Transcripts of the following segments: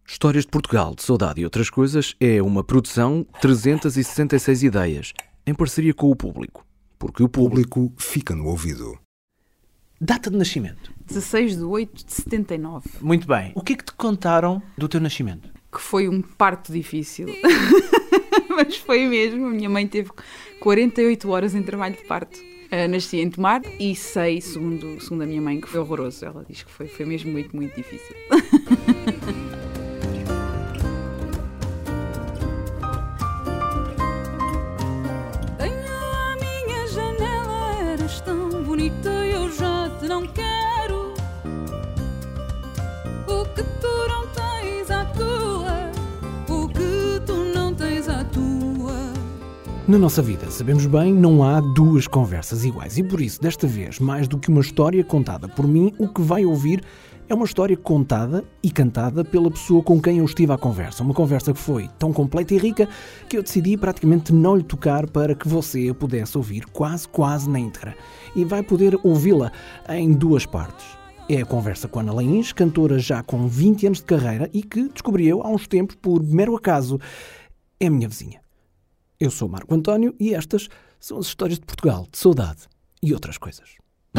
Histórias de Portugal, de Saudade e Outras Coisas é uma produção 366 ideias, em parceria com o público. Porque o público fica no ouvido. Data de nascimento? 16/8/79. Muito bem. O que é que te contaram do teu nascimento? Que foi um parto difícil. Mas foi mesmo. A minha mãe teve 48 horas em trabalho de parto. Nasci em Tomar e sei, segundo a minha mãe, que foi horroroso. Ela diz que foi mesmo muito, muito difícil. Não quero o que tu não tens à tua, o que tu não tens à tua. Na nossa vida, sabemos bem, não há duas conversas iguais e por isso, desta vez, mais do que uma história contada por mim, o que vai ouvir é uma história contada e cantada pela pessoa com quem eu estive à conversa. Uma conversa que foi tão completa e rica que eu decidi praticamente não lhe tocar para que você a pudesse ouvir quase na íntegra. E vai poder ouvi-la em duas partes. É a conversa com Ana Laíns, cantora já com 20 anos de carreira e que descobri eu há uns tempos, por mero acaso, é a minha vizinha. Eu sou Marco António e estas são as histórias de Portugal, de saudade e outras coisas.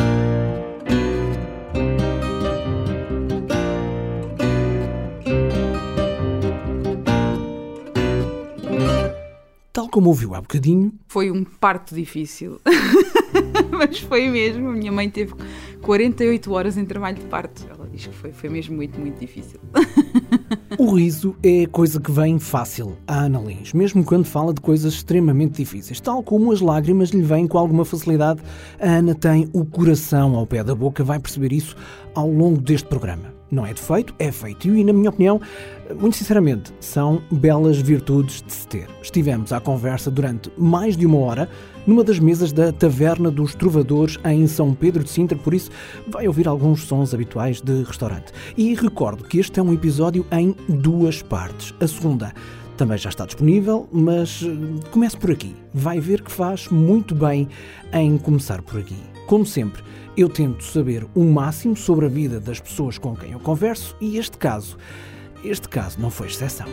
Tal como ouviu há bocadinho... Foi um parto difícil. Mas foi mesmo. A minha mãe teve 48 horas em trabalho de parto. Ela diz que foi mesmo muito, muito difícil. O riso é coisa que vem fácil à Ana Lins, mesmo quando fala de coisas extremamente difíceis. Tal como as lágrimas lhe vêm com alguma facilidade, a Ana tem o coração ao pé da boca, vai perceber isso ao longo deste programa. Não é defeito, é feito. E, na minha opinião, muito sinceramente, são belas virtudes de se ter. Estivemos à conversa durante mais de uma hora numa das mesas da Taverna dos Trovadores em São Pedro de Sintra, por isso vai ouvir alguns sons habituais de restaurante. E recordo que este é um episódio em duas partes. A segunda também já está disponível, mas comece por aqui. Vai ver que faz muito bem em começar por aqui. Como sempre, eu tento saber o máximo sobre a vida das pessoas com quem eu converso e este caso não foi exceção.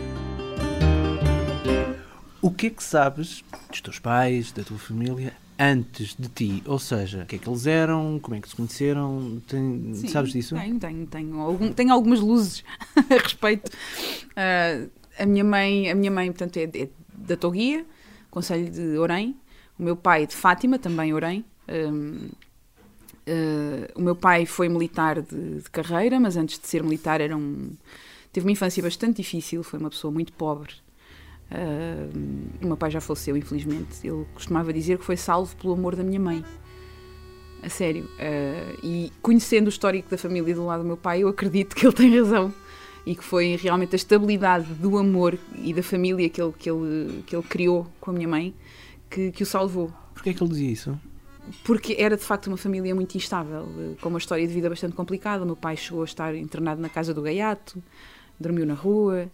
O que é que sabes dos teus pais, da tua família, antes de ti? Ou seja, o que é que eles eram, como é que se conheceram? Sim, sabes disso? Tenho algumas luzes a respeito. A minha mãe, portanto, é da Toguia, concelho de Orém. O meu pai de Fátima, também Orém. O meu pai foi militar de carreira, mas antes de ser militar teve uma infância bastante difícil, foi uma pessoa muito pobre. O meu pai já faleceu, infelizmente. Ele costumava dizer que foi salvo pelo amor da minha mãe. A sério. E conhecendo o histórico da família do lado do meu pai, eu acredito que ele tem razão. E que foi realmente a estabilidade do amor e da família que ele criou com a minha mãe que o salvou. Porquê é que ele dizia isso? Porque era de facto uma família muito instável, com uma história de vida bastante complicada. O meu pai chegou a estar internado na casa do Gaiato, dormiu na rua.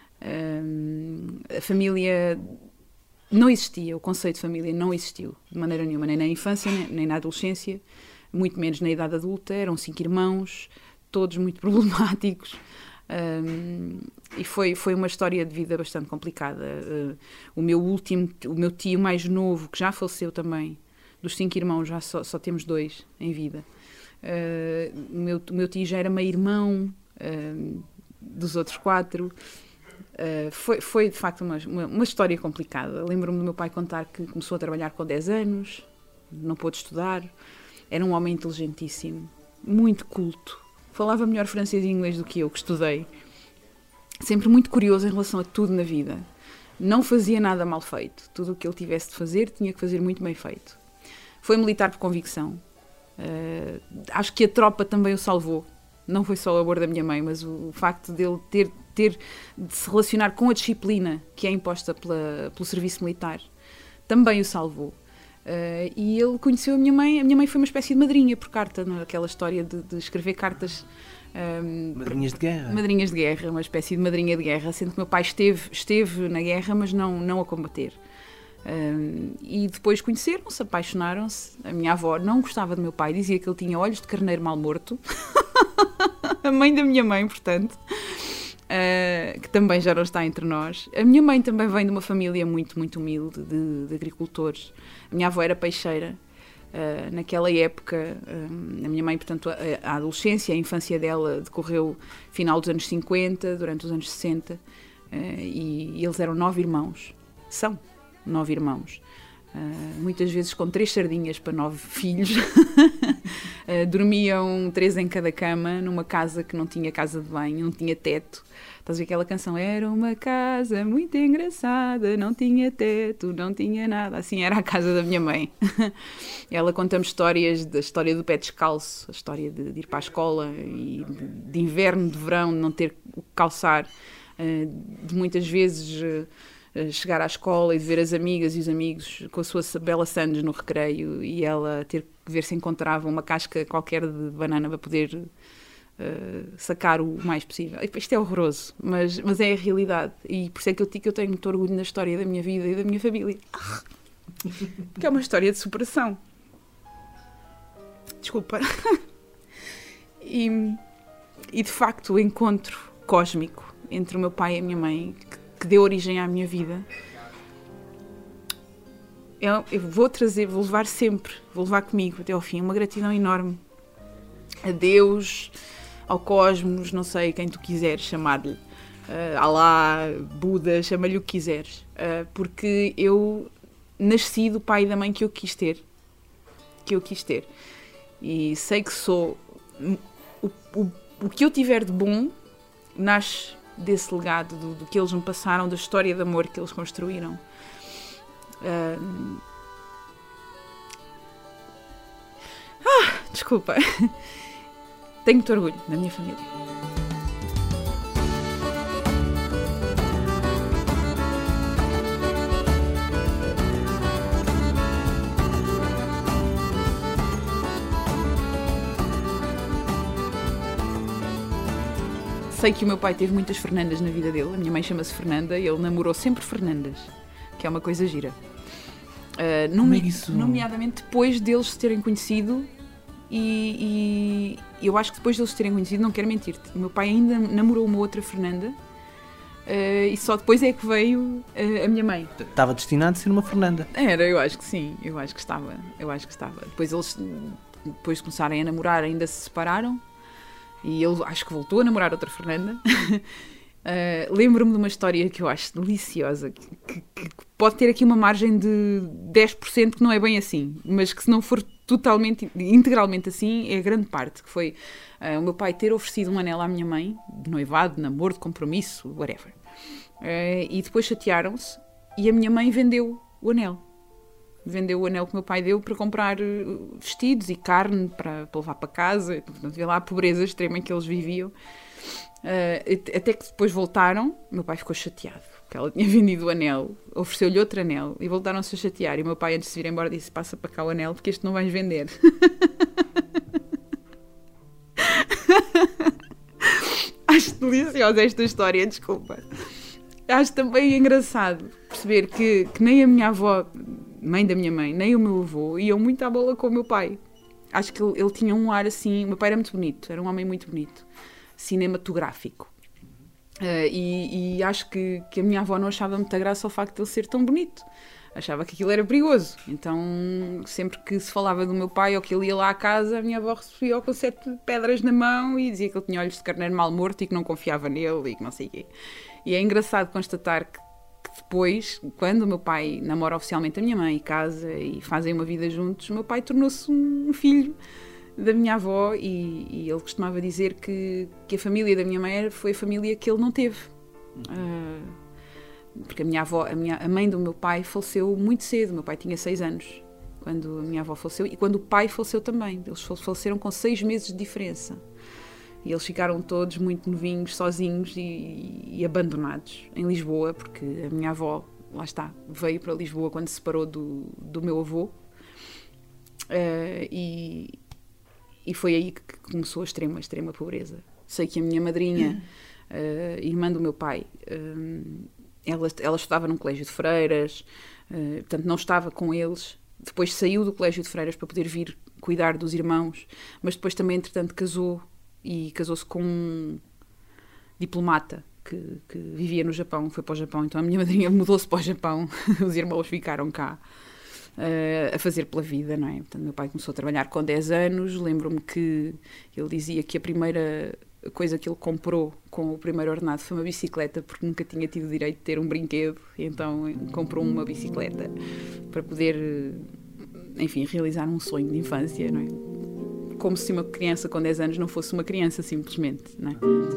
A família não existia, o conceito de família não existiu de maneira nenhuma, nem na infância, nem na adolescência, muito menos na idade adulta. Eram 5 irmãos, todos muito problemáticos. E foi uma história de vida bastante complicada. O meu tio mais novo, que já faleceu também, dos 5 irmãos já só temos 2 em vida. O meu tio já era meio-irmão dos outros 4. Foi de facto uma história complicada. Lembro-me do meu pai contar que começou a trabalhar com 10 anos, não pôde estudar. Era um homem inteligentíssimo, muito culto. Falava melhor francês e inglês do que eu, que estudei. Sempre muito curioso em relação a tudo na vida. Não fazia nada mal feito. Tudo o que ele tivesse de fazer, tinha que fazer muito bem feito. Foi militar por convicção. Acho que a tropa também o salvou. Não foi só o amor da minha mãe, mas o facto de ele ter de se relacionar com a disciplina que é imposta pelo serviço militar também o salvou. E ele conheceu a minha mãe foi uma espécie de madrinha por carta, naquela história de escrever cartas. Madrinhas de guerra. Madrinhas de guerra, uma espécie de madrinha de guerra, sendo que meu pai esteve na guerra, mas não a combater. E depois conheceram-se, apaixonaram-se. A minha avó não gostava do meu pai, dizia que ele tinha olhos de carneiro mal morto. A mãe da minha mãe, portanto. que também já não está entre nós. A minha mãe também vem de uma família muito, muito humilde, de agricultores. A minha avó era peixeira. Naquela época, a minha mãe, portanto, a adolescência, a infância dela decorreu final dos anos 50, durante os anos 60, e eles eram 9 irmãos. São 9 irmãos. Muitas vezes com 3 sardinhas para 9 filhos. Dormiam 3 em cada cama, numa casa que não tinha casa de banho, não tinha teto. Estás a ver aquela canção? Era uma casa muito engraçada, não tinha teto, não tinha nada. Assim era a casa da minha mãe. Ela conta-me histórias, da história do pé descalço, a história de ir para a escola, e de inverno, de verão, de não ter o que calçar, de muitas vezes chegar à escola e de ver as amigas e os amigos com a sua bela sandes no recreio, e ela ter que ver se encontrava uma casca qualquer de banana para poder sacar o mais possível. Isto é horroroso, mas é a realidade, e por isso é que eu digo que eu tenho muito orgulho na história da minha vida e da minha família, porque é uma história de superação. Desculpa. E de facto o encontro cósmico entre o meu pai e a minha mãe, que deu origem à minha vida, eu vou levar sempre, vou levar comigo até ao fim, uma gratidão enorme a Deus, ao cosmos, não sei quem tu quiseres chamar-lhe, Alá, Buda, chama-lhe o que quiseres, porque eu nasci do pai e da mãe que eu quis ter, e sei que sou o que eu tiver de bom nasce desse legado, do que eles me passaram, da história de amor que eles construíram. Desculpa. Tenho muito orgulho da minha família. Sei que o meu pai teve muitas Fernandas na vida dele. A minha mãe chama-se Fernanda e ele namorou sempre Fernandas, que é uma coisa gira. Como é que isso... Nomeadamente depois deles se terem conhecido, e eu acho que depois deles se terem conhecido, não quero mentir-te, o meu pai ainda namorou uma outra Fernanda, e só depois é que veio a minha mãe. Estava destinado a ser uma Fernanda. Era, eu acho que sim, eu acho que estava. Depois eles, depois de começarem a namorar, ainda se separaram. E ele acho que voltou a namorar outra Fernanda. Lembro-me de uma história que eu acho deliciosa, que pode ter aqui uma margem de 10% que não é bem assim, mas que se não for totalmente, integralmente assim, é a grande parte, que foi o meu pai ter oferecido um anel à minha mãe, de noivado, de namoro, de compromisso, whatever. E depois chatearam-se e a minha mãe vendeu o anel. Vendeu o anel que o meu pai deu para comprar vestidos e carne para levar para casa. Portanto, vê lá a pobreza extrema em que eles viviam. Até que depois voltaram, o meu pai ficou chateado, porque ela tinha vendido o anel, ofereceu-lhe outro anel e voltaram-se a chatear. E o meu pai, antes de vir embora, disse: passa para cá o anel, porque este não vais vender. Acho deliciosa esta história, desculpa. Acho também engraçado perceber que nem a minha avó, mãe da minha mãe, nem o meu avô iam muito à bola com o meu pai. Acho que ele tinha um ar assim... O meu pai era muito bonito, era um homem muito bonito, cinematográfico. E acho que a minha avó não achava muita graça ao facto de ele ser tão bonito. Achava que aquilo era perigoso. Então, sempre que se falava do meu pai ou que ele ia lá à casa, a minha avó recebia com 7 pedras na mão e dizia que ele tinha olhos de carneiro mal morto e que não confiava nele e que não sei o quê. E é engraçado constatar que depois, quando o meu pai namora oficialmente a minha mãe e casa e fazem uma vida juntos, o meu pai tornou-se um filho da minha avó e ele costumava dizer que a família da minha mãe foi a família que ele não teve. Porque a minha avó, a mãe do meu pai faleceu muito cedo. O meu pai tinha 6 anos quando a minha avó faleceu e quando o pai faleceu também. Eles faleceram com 6 meses de diferença. E eles ficaram todos muito novinhos, sozinhos e abandonados em Lisboa, porque a minha avó, lá está, veio para Lisboa quando se separou do meu avô. E foi aí que começou a extrema pobreza. Sei que a minha madrinha, irmã do meu pai, ela estudava num colégio de freiras, portanto não estava com eles. Depois saiu do colégio de freiras para poder vir cuidar dos irmãos, mas depois também, entretanto, casou. E casou-se com um diplomata que vivia no Japão, foi para o Japão, então a minha madrinha mudou-se para o Japão, os irmãos ficaram cá a fazer pela vida, não é? Portanto, meu pai começou a trabalhar com 10 anos, lembro-me que ele dizia que a primeira coisa que ele comprou com o primeiro ordenado foi uma bicicleta, porque nunca tinha tido direito de ter um brinquedo, e então comprou uma bicicleta para poder, enfim, realizar um sonho de infância, não é? Como se uma criança com 10 anos não fosse uma criança, simplesmente, não é?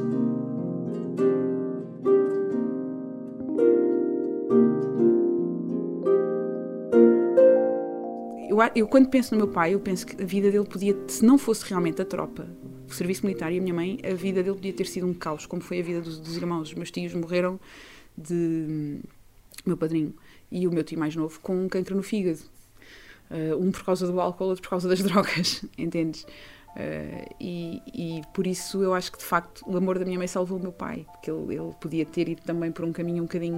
Eu quando penso no meu pai, eu penso que a vida dele podia, se não fosse realmente a tropa, o serviço militar e a minha mãe, a vida dele podia ter sido um caos, como foi a vida dos irmãos. Os meus tios morreram meu padrinho e o meu tio mais novo com um cancro no fígado. Um por causa do álcool, outro por causa das drogas, entendes? E por isso eu acho que de facto o amor da minha mãe salvou o meu pai, porque ele podia ter ido também por um caminho um bocadinho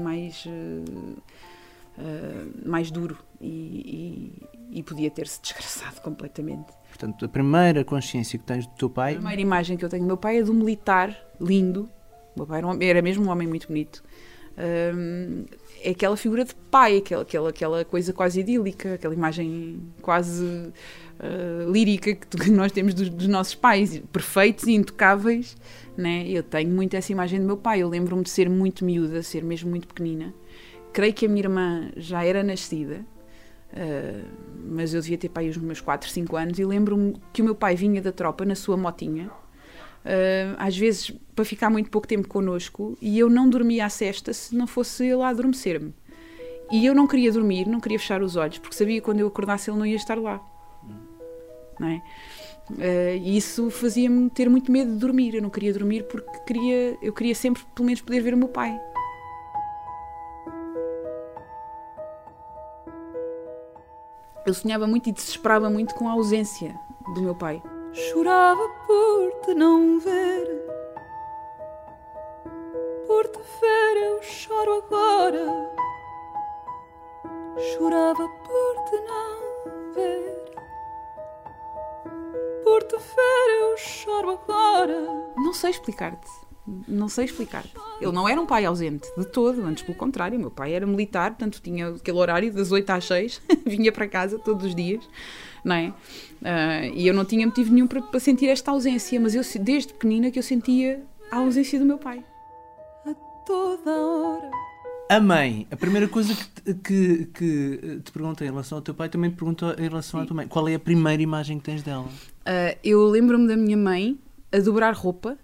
mais duro e podia ter-se desgraçado completamente. Portanto, a primeira consciência que tens do teu pai... A primeira imagem que eu tenho do meu pai é de um militar lindo. O meu pai era mesmo um homem muito bonito. É aquela figura de pai, aquela coisa quase idílica, aquela imagem quase lírica que nós temos dos nossos pais, perfeitos e intocáveis, né? Eu tenho muito essa imagem do meu pai. Eu lembro-me de ser muito miúda, ser mesmo muito pequenina. Creio que a minha irmã já era nascida, mas eu devia ter pai os meus 4, 5 anos, e lembro-me que o meu pai vinha da tropa na sua motinha, às vezes para ficar muito pouco tempo connosco, e eu não dormia à sesta se não fosse ele a adormecer-me. E eu não queria dormir, não queria fechar os olhos, porque sabia que quando eu acordasse ele não ia estar lá. Não é? E isso fazia-me ter muito medo de dormir. Eu não queria dormir porque eu queria sempre, pelo menos, poder ver o meu pai. Eu sonhava muito e desesperava muito com a ausência do meu pai. Chorava por te não ver, por te ver eu choro agora. Chorava por te não ver, por te ver eu choro agora. Não sei explicar-te. Não sei explicar. Ele não era um pai ausente, de todo, antes pelo contrário. O meu pai era militar, portanto tinha aquele horário das 8 às 6, vinha para casa todos os dias, não é? E eu não tinha motivo nenhum para sentir esta ausência, mas eu, desde pequenina, que eu sentia a ausência do meu pai. A toda hora. A mãe, a primeira coisa que te pergunta em relação ao teu pai, também te pergunta em relação à tua mãe. Qual é a primeira imagem que tens dela? Eu lembro-me da minha mãe a dobrar roupa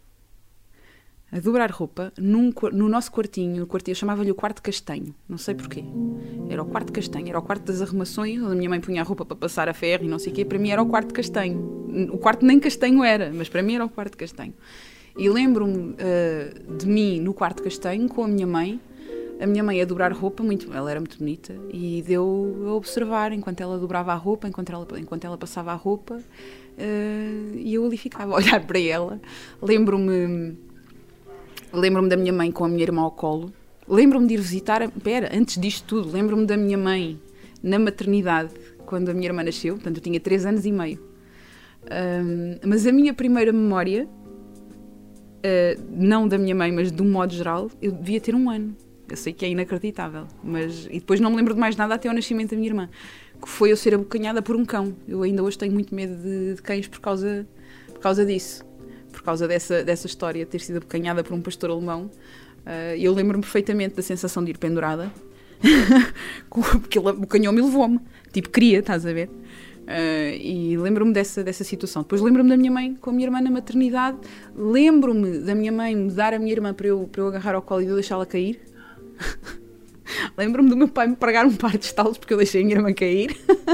no nosso quartinho. Eu chamava-lhe o quarto castanho, não sei porquê. Era o quarto castanho, era o quarto das arrumações, onde a minha mãe punha a roupa para passar a ferro e não sei o quê. Para mim era o quarto castanho. O quarto nem castanho era, mas para mim era o quarto castanho. E lembro-me de mim no quarto castanho com a minha mãe a dobrar roupa, ela era muito bonita, e deu a observar enquanto ela dobrava a roupa, enquanto ela passava a roupa, e eu ali ficava a olhar para ela. Lembro-me da minha mãe com a minha irmã ao colo. Lembro-me de ir visitar... antes disto tudo, lembro-me da minha mãe na maternidade, quando a minha irmã nasceu. Portanto, eu tinha 3 anos e meio. Mas a minha primeira memória, não da minha mãe, mas de um modo geral, eu devia ter 1 ano. Eu sei que é inacreditável. E depois não me lembro de mais nada até ao nascimento da minha irmã, que foi eu ser abocanhada por um cão. Eu ainda hoje tenho muito medo de cães por causa disso. Por causa dessa história de ter sido abocanhada por um pastor alemão. Eu lembro-me perfeitamente da sensação de ir pendurada, porque ele abocanhou-me e levou-me. Tipo, queria, estás a ver? E lembro-me dessa situação. Depois lembro-me da minha mãe com a minha irmã na maternidade. Lembro-me da minha mãe me dar a minha irmã para eu agarrar ao colo e eu deixá-la cair. Lembro-me do meu pai me pregar um par de estalos porque eu deixei a minha irmã cair.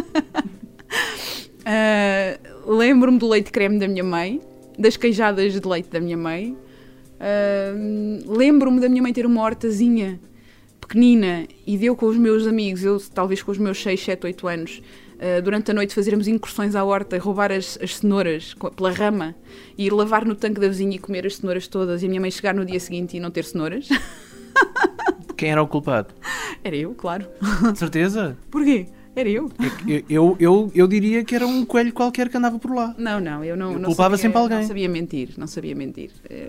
Lembro-me do leite creme da minha mãe, das queijadas de leite da minha mãe. Lembro-me da minha mãe ter uma hortazinha pequenina e de eu com os meus amigos, talvez com os meus 6, 7, 8 anos, durante a noite fazermos incursões à horta, roubar as cenouras pela rama e ir lavar no tanque da vizinha e comer as cenouras todas, e a minha mãe chegar no dia seguinte e não ter cenouras. Quem era o culpado? Era eu, claro. De certeza? Porquê? Era eu. Eu diria que era um coelho qualquer que andava por lá. Não, eu não culpava sempre alguém. Não sabia mentir.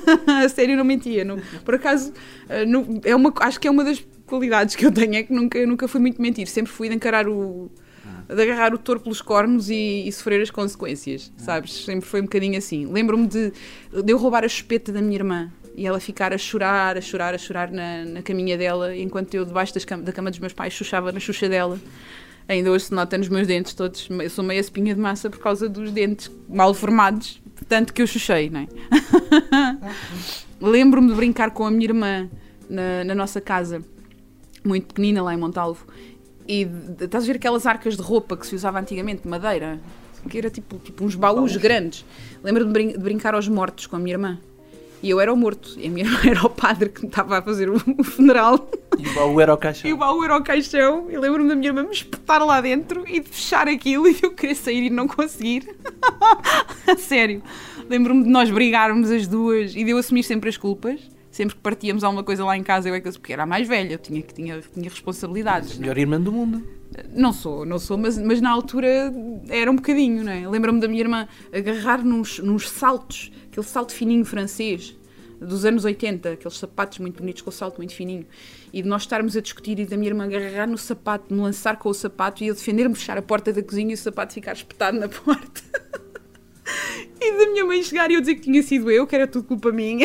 A sério, não mentia. Não. Por acaso, acho que é uma das qualidades que eu tenho, é que nunca fui muito mentir. Sempre fui de encarar de agarrar o touro pelos cornos e sofrer as consequências, sabes? Sempre foi um bocadinho assim. Lembro-me de eu roubar a chupeta da minha irmã e ela ficar a chorar na caminha dela, enquanto eu debaixo da cama dos meus pais chuchava na xuxa dela. Ainda hoje se nota nos meus dentes todos. Eu sou meio espinha de massa por causa dos dentes mal formados, tanto que eu chuchei, não é? Lembro-me de brincar com a minha irmã na nossa casa, muito pequenina, lá em Montalvo. E estás a ver aquelas arcas de roupa que se usava antigamente, de madeira? Que era tipo uns baús grandes. Lembro-me de brincar aos mortos com a minha irmã. E eu era o morto. E a minha irmã era o padre que me estava a fazer o funeral. E o baú era o caixão. E lembro-me da minha irmã me espetar lá dentro e de fechar aquilo e eu querer sair e não conseguir. A sério. Lembro-me de nós brigarmos as duas e de eu assumir sempre as culpas. Sempre que partíamos alguma coisa lá em casa, porque era a mais velha, eu tinha responsabilidades. A melhor irmã do mundo. Não sou, mas na altura era um bocadinho, não é? Lembro-me da minha irmã agarrar nos saltos, aquele salto fininho francês, dos anos 80, aqueles sapatos muito bonitos com o salto muito fininho, e de nós estarmos a discutir e da minha irmã agarrar no sapato, me lançar com o sapato e eu defender-me fechar a porta da cozinha e o sapato ficar espetado na porta. E da minha mãe chegar e eu dizer que tinha sido eu, que era tudo culpa minha.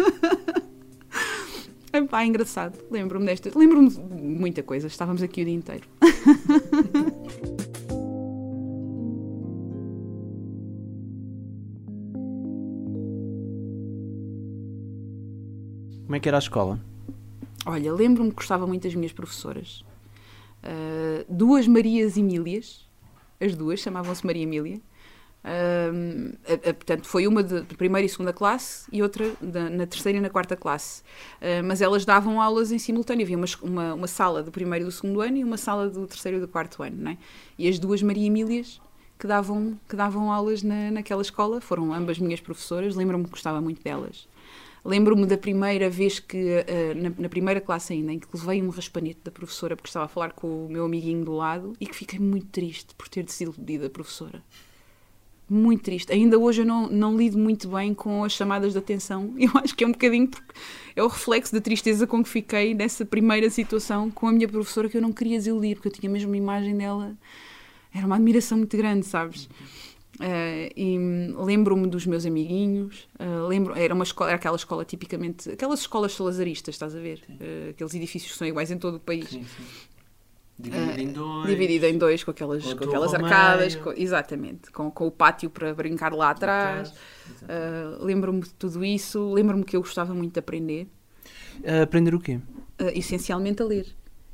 Epá, é engraçado. Lembro-me de muita coisa. Estávamos aqui o dia inteiro. Como é que era a escola? Olha, lembro-me que gostava muito das minhas professoras. Duas Marias Emílias. As duas chamavam-se Maria Emília. Portanto, foi uma de primeira e segunda classe e outra na terceira e na quarta classe, mas elas davam aulas em simultâneo. Havia uma sala do primeiro e do segundo ano e uma sala do terceiro e do quarto ano, não é? E as duas Maria Emílias que davam aulas naquela escola foram ambas minhas professoras. Lembro-me que gostava muito delas. Lembro-me da primeira vez que, na primeira classe ainda, em que levei um raspanete da professora porque estava a falar com o meu amiguinho do lado e que fiquei muito triste por ter desiludido a professora. Muito triste. Ainda hoje eu não lido muito bem com as chamadas de atenção. Eu acho que é um bocadinho porque é o reflexo da tristeza com que fiquei nessa primeira situação com a minha professora, que eu não queria desiludir, porque eu tinha mesmo uma imagem dela. Era uma admiração muito grande, sabes? E lembro-me dos meus amiguinhos. Era aquela escola tipicamente... Aquelas escolas salazaristas, estás a ver? Aqueles edifícios que são iguais em todo o país. Sim. Dividido em dois, com aquelas arcadas, exatamente, com o pátio para brincar lá atrás. Lembro-me de tudo isso. Lembro-me que eu gostava muito de aprender. Aprender o quê? Essencialmente a ler.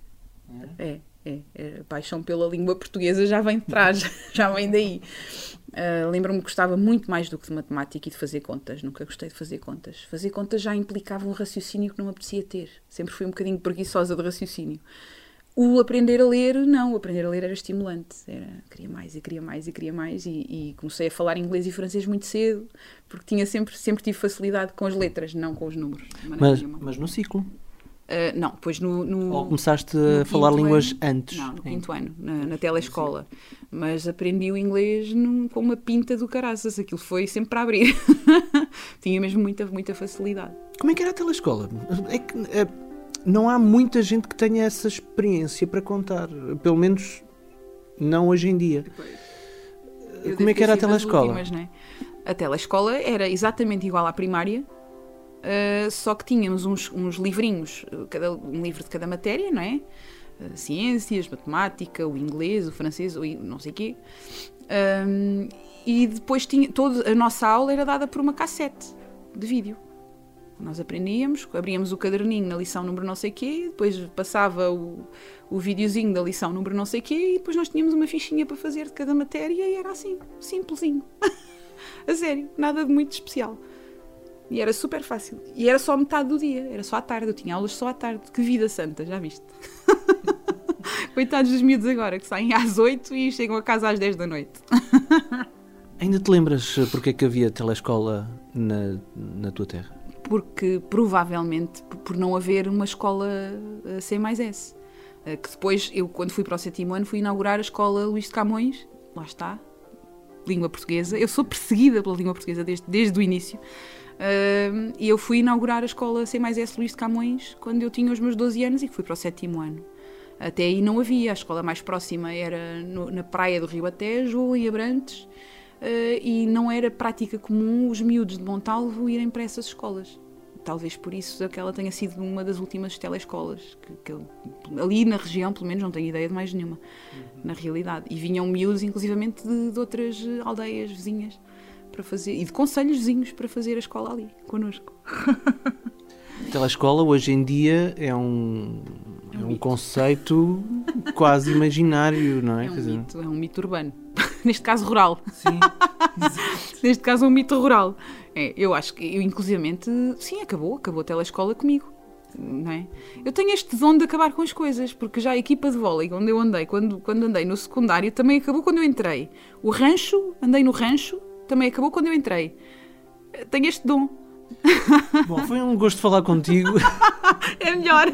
A paixão pela língua portuguesa já vem de trás, já vem daí. Lembro-me que gostava muito mais do que de matemática e de fazer contas. Nunca gostei de fazer contas. Fazer contas já implicava um raciocínio que não me apetecia ter. Sempre fui um bocadinho preguiçosa de raciocínio. O aprender a ler, não. O aprender a ler era estimulante. Queria mais. E comecei a falar inglês e francês muito cedo, porque sempre tive facilidade com as letras, não com os números. Mas no ciclo? Não, depois no... Ou começaste a falar línguas antes? Não, no quinto ano, na telescola. Mas aprendi o inglês com uma pinta do caraças. Aquilo foi sempre para abrir. Tinha mesmo muita facilidade. Como é que era a telescola? É que... não há muita gente que tenha essa experiência para contar, pelo menos não hoje em dia. Como é que era a telescola? Últimas, não é? A telescola era exatamente igual à primária, só que tínhamos uns livrinhos, um livro de cada matéria, não é? Ciências, matemática, o inglês, o francês, o não sei o quê. E depois toda a nossa aula era dada por uma cassete de vídeo. Nós aprendíamos, abríamos o caderninho na lição número não sei quê, depois passava o videozinho da lição número não sei quê e depois nós tínhamos uma fichinha para fazer de cada matéria e era assim, simplesinho. A sério, nada de muito especial. E era super fácil. E era só metade do dia, era só à tarde, eu tinha aulas só à tarde. Que vida santa, já viste? Coitados dos miúdos agora, que saem às 8 e chegam a casa às 10 da noite. Ainda te lembras porque é que havia telescola na tua terra? Porque provavelmente por não haver uma escola C+S. Que depois, eu quando fui para o 7º ano, fui inaugurar a escola Luís de Camões, lá está, língua portuguesa. Eu sou perseguida pela língua portuguesa desde o início. E eu fui inaugurar a escola C+S Luís de Camões quando eu tinha os meus 12 anos e que fui para o 7º ano. Até aí não havia, a escola mais próxima era na praia do Rio Atejo ou em Abrantes, e não era prática comum os miúdos de Montalvo irem para essas escolas. Talvez por isso aquela tenha sido uma das últimas telescolas, que ali na região, pelo menos, não tenho ideia de mais nenhuma, na realidade. E vinham miúdos, inclusivamente, de outras aldeias vizinhas, para fazer, e de concelhos vizinhos, para fazer a escola ali, connosco. A telescola, hoje em dia, é um conceito quase imaginário, não é? É um mito urbano. Neste caso, rural. Sim. Neste caso, um mito rural. Eu acho que, inclusivamente, sim, acabou a telescola comigo. Não é? Eu tenho este dom de acabar com as coisas, porque já a equipa de vôlei onde eu andei, quando andei no secundário, também acabou quando eu entrei. O rancho, andei no rancho, também acabou quando eu entrei. Tenho este dom. Bom, foi um gosto falar contigo. É melhor.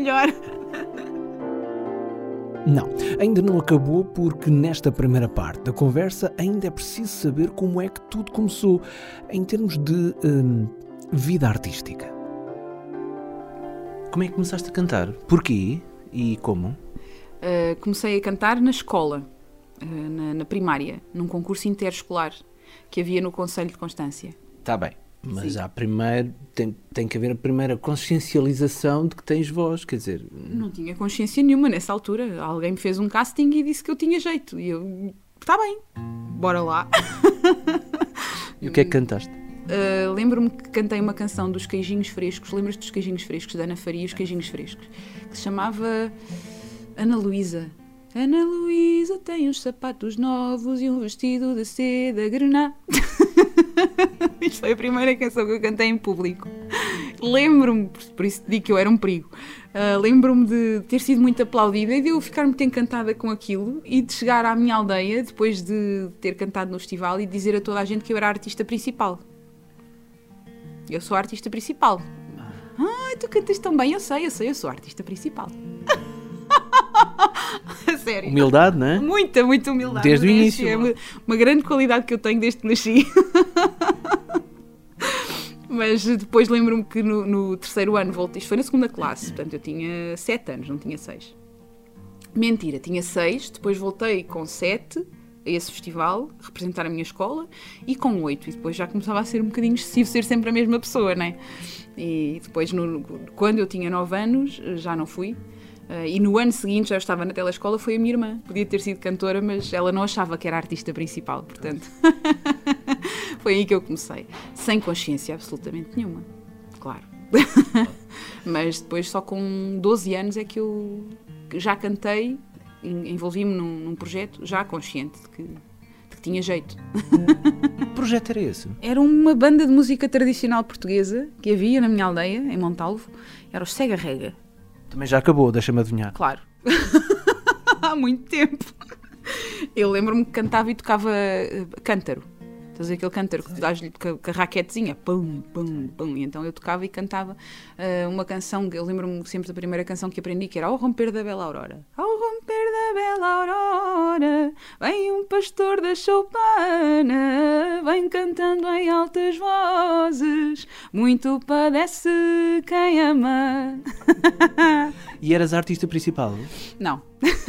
Não, ainda não acabou, porque nesta primeira parte da conversa ainda é preciso saber como é que tudo começou em termos de vida artística. Como é que começaste a cantar? Porquê e como? Comecei a cantar na escola, na primária, num concurso interescolar que havia no Concelho de Constância. Está bem. Mas há primeiro, tem que haver a primeira consciencialização de que tens voz, quer dizer... Não tinha consciência nenhuma nessa altura. Alguém me fez um casting e disse que eu tinha jeito. E eu, está bem, bora lá. E o que é que cantaste? Lembro-me que cantei uma canção dos Queijinhos Frescos. Lembras-te dos Queijinhos Frescos, da Ana Faria, os Queijinhos Frescos, que se chamava Ana Luísa. Ana Luísa tem uns sapatos novos e um vestido de seda grená. Isto foi a primeira canção que eu cantei em público. Lembro-me, por isso digo que eu era um perigo, lembro-me de ter sido muito aplaudida e de eu ficar muito encantada com aquilo e de chegar à minha aldeia, depois de ter cantado no festival, e dizer a toda a gente que eu era a artista principal. Eu sou a artista principal. Tu cantas tão bem, eu sei, eu sou a artista principal. Sério. Humildade, não é? Muita humildade. Desde o início. É uma grande qualidade que eu tenho desde que nasci. Mas depois lembro-me que no 3º ano voltei, isto foi na 2ª classe, portanto eu tinha 7 anos, não tinha 6. Mentira, tinha 6, depois voltei com 7 a esse festival, representar a minha escola, e com 8, e depois já começava a ser um bocadinho excessivo ser sempre a mesma pessoa, não é? E depois, quando eu tinha 9 anos, já não fui. E no ano seguinte, já estava na telescola, foi a minha irmã. Podia ter sido cantora, mas ela não achava que era a artista principal, portanto. Foi aí que eu comecei. Sem consciência absolutamente nenhuma, claro. Mas depois, só com 12 anos, é que eu já cantei, envolvi-me num projeto, já consciente de que tinha jeito. Que projeto era esse? Era uma banda de música tradicional portuguesa que havia na minha aldeia, em Montalvo. Era o Sega Rega. Também já acabou, deixa-me adivinhar. Claro. Há muito tempo. Eu lembro-me que cantava e tocava cântaro. Estás a ver aquele cântaro que tu dás-lhe com a raquetezinha? Pum, pum, pum. E então eu tocava e cantava uma canção, eu lembro-me sempre da primeira canção que aprendi, que era Ao Romper da Bela Aurora. Ao romper da bela aurora, vem um pastor da choupana, vem cantando em altas vozes, muito padece quem ama. E eras a artista principal? Não.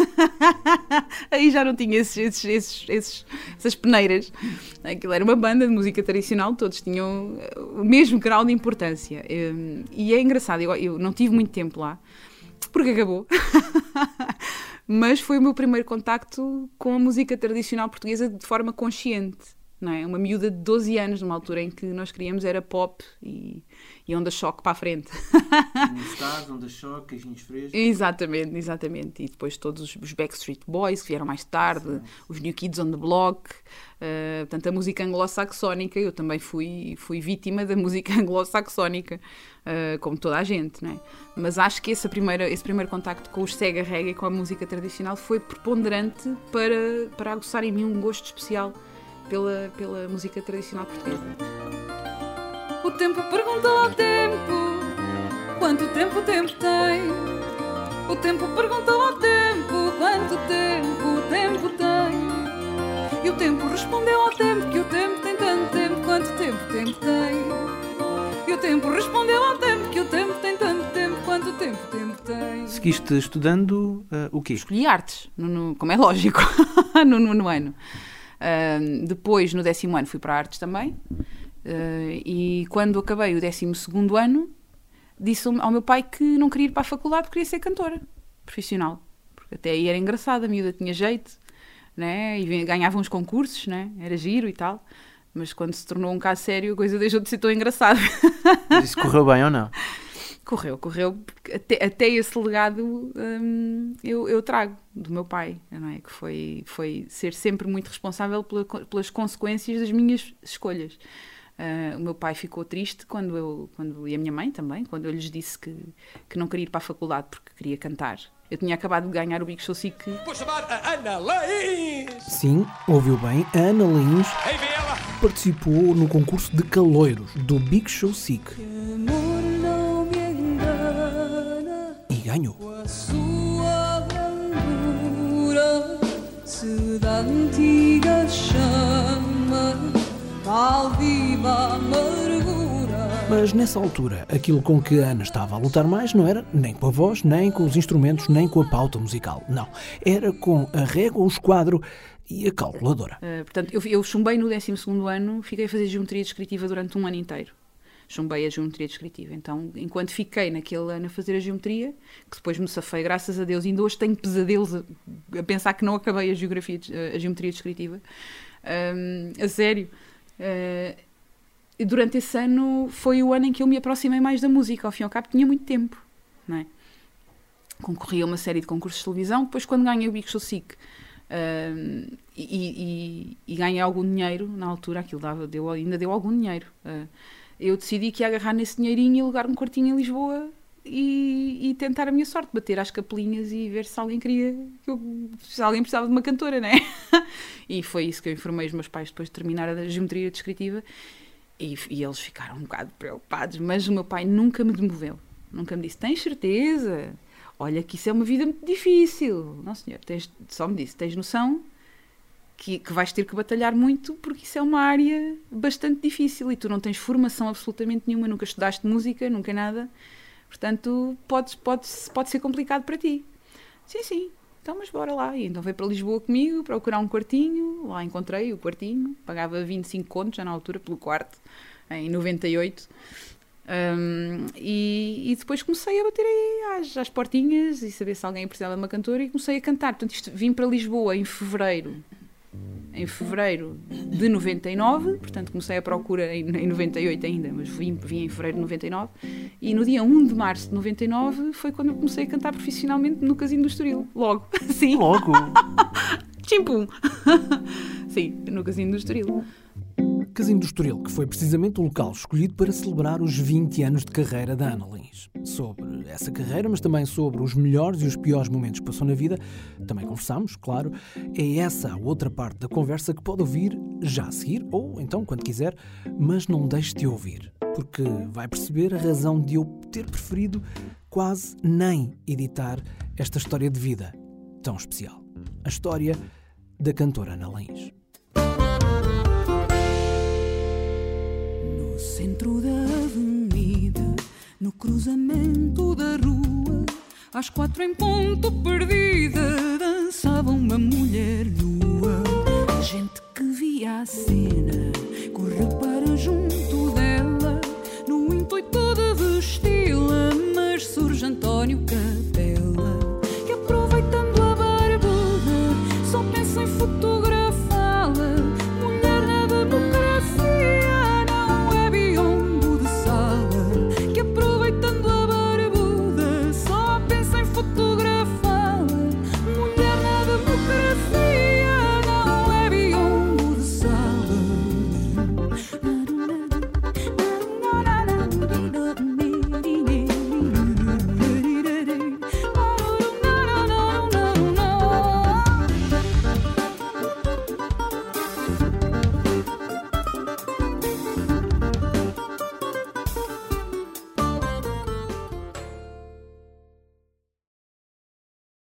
Aí já não tinha essas peneiras. Aquilo era uma banda de música tradicional, todos tinham o mesmo grau de importância. E é engraçado, eu não tive muito tempo lá, porque acabou. Mas foi o meu primeiro contacto com a música tradicional portuguesa de forma consciente. Não é? Uma miúda de 12 anos, numa altura em que nós queríamos era pop e onda choque para a frente. Stars, onda choque, Queijinhos Frescos. Exatamente. E depois todos os Backstreet Boys, que vieram mais tarde, sim. Os New Kids on the Block, portanto a música anglo-saxónica, eu também fui vítima da música anglo-saxónica, como toda a gente, não é? Mas acho que esse primeiro contacto com os Sega Reggae, com a música tradicional, foi preponderante para aguçar em mim um gosto especial pela música tradicional portuguesa. O tempo perguntou ao tempo quanto tempo o tempo tem. O tempo perguntou ao tempo quanto tempo o tempo tem. E o tempo respondeu ao tempo que o tempo tem tanto tempo quanto tempo o tempo tem. tempo respondeu ao tempo, que o tempo tem tanto tempo quanto o tempo tem. Seguiste estudando o quê? Escolhi artes, como é lógico, no nono ano. Depois, no 10º ano, fui para artes também. E quando acabei o 12º ano, disse ao meu pai que não queria ir para a faculdade porque queria ser cantora profissional. Porque até aí era engraçada, a miúda tinha jeito, né? E ganhava uns concursos, né? Era giro e tal. Mas quando se tornou um caso sério, a coisa deixou de ser tão engraçada. Mas isso correu bem ou não? Correu. Até esse legado eu trago do meu pai, não é? Que foi ser sempre muito responsável pelas consequências das minhas escolhas. O meu pai ficou triste e a minha mãe também, quando eu lhes disse que não queria ir para a faculdade porque queria cantar. Eu tinha acabado de ganhar o Big Show SIC. Vou chamar a Ana Lins! Sim, ouviu bem, a Ana Lins participou no concurso de caloiros do Big Show SIC. Amor não me engana, E ganhou. a sua brandura se da antiga chama, tal viva a amargura. Mas nessa altura, aquilo com que a Ana estava a lutar mais não era nem com a voz, nem com os instrumentos, nem com a pauta musical. Não, era com a régua, o esquadro e a calculadora. Portanto, eu chumbei no 12º ano, fiquei a fazer geometria descritiva durante um ano inteiro. Chumbei a geometria descritiva. Então, enquanto fiquei naquele ano a fazer a geometria, que depois me safei, graças a Deus, ainda hoje tenho pesadelos a pensar que não acabei a geometria descritiva. A sério. E durante esse ano foi o ano em que eu me aproximei mais da música. Ao fim e ao cabo tinha muito tempo, não é? Concorri a uma série de concursos de televisão. Depois, quando ganhei o Big Show SIC e ganhei algum dinheiro, na altura aquilo ainda deu algum dinheiro, eu decidi que ia agarrar nesse dinheirinho e alugar um quartinho em Lisboa e tentar a minha sorte, bater às capelinhas e ver se alguém se alguém precisava de uma cantora, não é? E foi isso que eu informei os meus pais depois de terminar a geometria descritiva. E eles ficaram um bocado preocupados, mas o meu pai nunca me demoveu. Nunca me disse, tens certeza? Olha que isso é uma vida muito difícil. Não, senhor, só me disse, tens noção que vais ter que batalhar muito porque isso é uma área bastante difícil e tu não tens formação absolutamente nenhuma, nunca estudaste música, nunca nada. Portanto, pode ser complicado para ti. Sim. Então, mas bora lá. E então veio para Lisboa comigo, procurar um quartinho. Lá encontrei o quartinho. Pagava 25 contos já na altura pelo quarto, em 98. E depois comecei a bater aí às portinhas e saber se alguém precisava de uma cantora e comecei a cantar. Portanto, vim para Lisboa em fevereiro de 99, portanto comecei a procura em 98 ainda, mas vim em fevereiro de 99 e no dia 1 de março de 99 foi quando eu comecei a cantar profissionalmente no Casino do Estoril, logo, sim. Logo? Chimpum! Sim, no Casino do Estoril. Casino do Estoril, que foi precisamente o local escolhido para celebrar os 20 anos de carreira da Ana Lins. Sobre essa carreira, mas também sobre os melhores e os piores momentos que passou na vida, também conversámos, claro. É essa a outra parte da conversa que pode ouvir já a seguir, ou então quando quiser, mas não deixe de ouvir, porque vai perceber a razão de eu ter preferido quase nem editar esta história de vida tão especial. A história da cantora Ana Lins. No centro da avenida, no cruzamento da rua, às 4 em ponto perdida, dançava uma mulher nua. A gente que via a cena correu para junto dela, no intuito de vesti-la, mas surge António Carlos